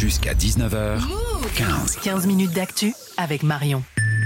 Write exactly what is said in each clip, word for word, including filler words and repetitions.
Jusqu'à dix-neuf heures quinze. quinze minutes d'actu avec Marion.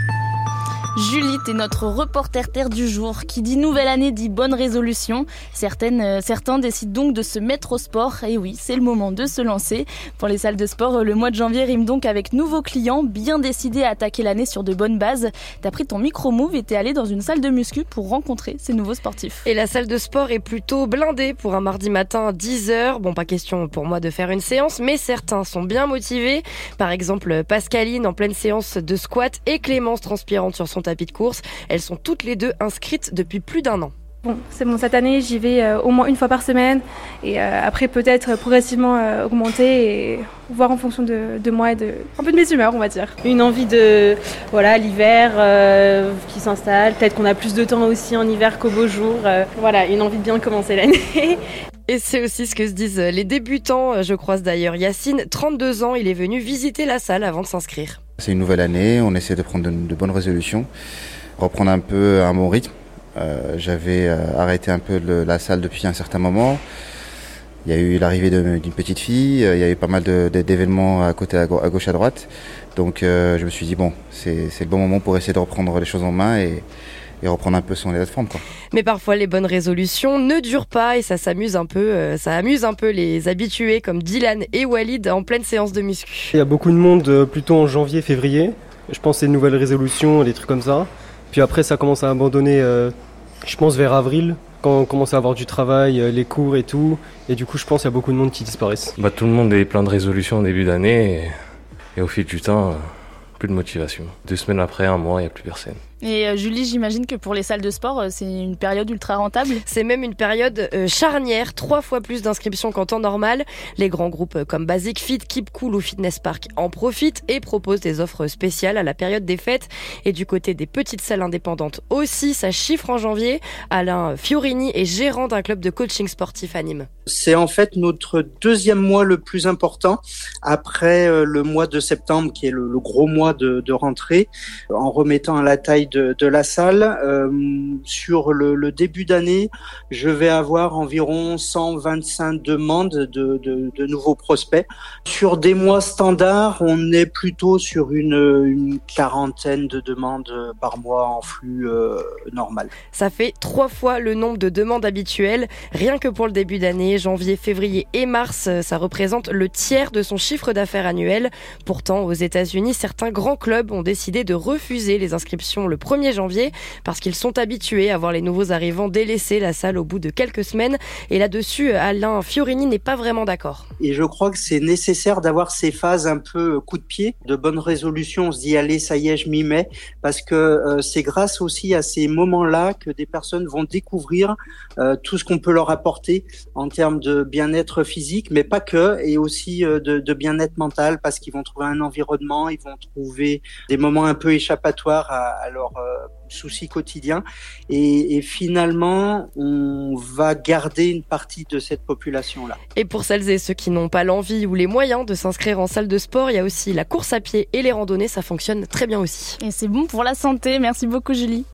Julie, t'es notre reporter terre du jour. Qui dit nouvelle année dit bonne résolution. Certaines, euh, certains décident donc de se mettre au sport. Et oui, c'est le moment de se lancer. Pour les salles de sport, le mois de janvier rime donc avec nouveaux clients, bien décidés à attaquer l'année sur de bonnes bases. T'as pris ton micro-move et t'es allé dans une salle de muscu pour rencontrer ces nouveaux sportifs. Et la salle de sport est plutôt blindée pour un mardi matin à dix heures. Bon, pas question pour moi de faire une séance, mais certains sont bien motivés. Par exemple, Pascaline en pleine séance de squat et Clémence transpirante sur son tapis de course. Elles sont toutes les deux inscrites depuis plus d'un an. Bon, c'est bon, cette année, j'y vais euh, au moins une fois par semaine et euh, après peut-être progressivement euh, augmenter et voir en fonction de, de moi et de, un peu de mes humeurs, on va dire. Une envie de, voilà, l'hiver euh, qui s'installe, peut-être qu'on a plus de temps aussi en hiver qu'au beau jour. Euh, voilà, une envie de bien commencer l'année. Et c'est aussi ce que se disent les débutants. Je croise d'ailleurs Yacine, trente-deux ans, il est venu visiter la salle avant de s'inscrire. C'est une nouvelle année, on essaie de prendre de, de bonnes résolutions, reprendre un peu un bon rythme. Euh, j'avais euh, arrêté un peu le, la salle depuis un certain moment. Il y a eu l'arrivée de, d'une petite fille, euh, il y a eu pas mal de, de, d'événements à côté, à gauche, à droite. Donc euh, je me suis dit bon, c'est, c'est le bon moment pour essayer de reprendre les choses en main et, et reprendre un peu son état de forme, quoi. Mais parfois les bonnes résolutions ne durent pas et ça s'amuse un peu, euh, ça amuse un peu les habitués comme Dylan et Walid en pleine séance de muscu. Il y a beaucoup de monde euh, plutôt en janvier, février. Je pense que c'est une nouvelle résolution, des trucs comme ça. Puis après, ça commence à abandonner, euh, je pense, vers avril, quand on commence à avoir du travail, euh, les cours et tout. Et du coup, je pense qu'il y a beaucoup de monde qui disparaissent. Bah, tout le monde est plein de résolutions au début d'année. Et, et au fil du temps, euh, plus de motivation. Deux semaines après, un mois, il n'y a plus personne. Et euh, Julie, j'imagine que pour les salles de sport, euh, c'est une période ultra rentable. C'est même une période euh, charnière, trois fois plus d'inscriptions qu'en temps normal. Les grands groupes euh, comme Basic Fit, Keep Cool ou Fitness Park en profitent et proposent des offres spéciales à la période des fêtes. Et du côté des petites salles indépendantes aussi, ça chiffre en janvier. Alain Fiorini est gérant d'un club de coaching sportif à Nîmes. C'est en fait notre deuxième mois le plus important, après euh, le mois de septembre qui est le, le gros mois de, de rentrée, en remettant à la taille De, de la salle. Euh, sur le, le début d'année, je vais avoir environ cent vingt-cinq demandes de, de, de nouveaux prospects. Sur des mois standards, on est plutôt sur une, une quarantaine de demandes par mois en flux euh, normal. Ça fait trois fois le nombre de demandes habituelles. Rien que pour le début d'année, janvier, février et mars, ça représente le tiers de son chiffre d'affaires annuel. Pourtant, aux États-Unis, certains grands clubs ont décidé de refuser les inscriptions le premier janvier parce qu'ils sont habitués à voir les nouveaux arrivants délaisser la salle au bout de quelques semaines. Et là-dessus, Alain Fiorini n'est pas vraiment d'accord. Et je crois que c'est nécessaire d'avoir ces phases un peu coup de pied, de bonnes résolutions. On se dit allez, ça y est, je m'y mets, parce que euh, c'est grâce aussi à ces moments-là que des personnes vont découvrir euh, tout ce qu'on peut leur apporter en termes de bien-être physique, mais pas que, et aussi euh, de, de bien-être mental, parce qu'ils vont trouver un environnement, ils vont trouver des moments un peu échappatoires à, à leur euh, soucis quotidiens, et, et finalement on va garder une partie de cette population-là. Et pour celles et ceux qui n'ont pas l'envie ou les moyens de s'inscrire en salle de sport, il y a aussi la course à pied et les randonnées, ça fonctionne très bien aussi. Et c'est bon pour la santé. Merci beaucoup Julie.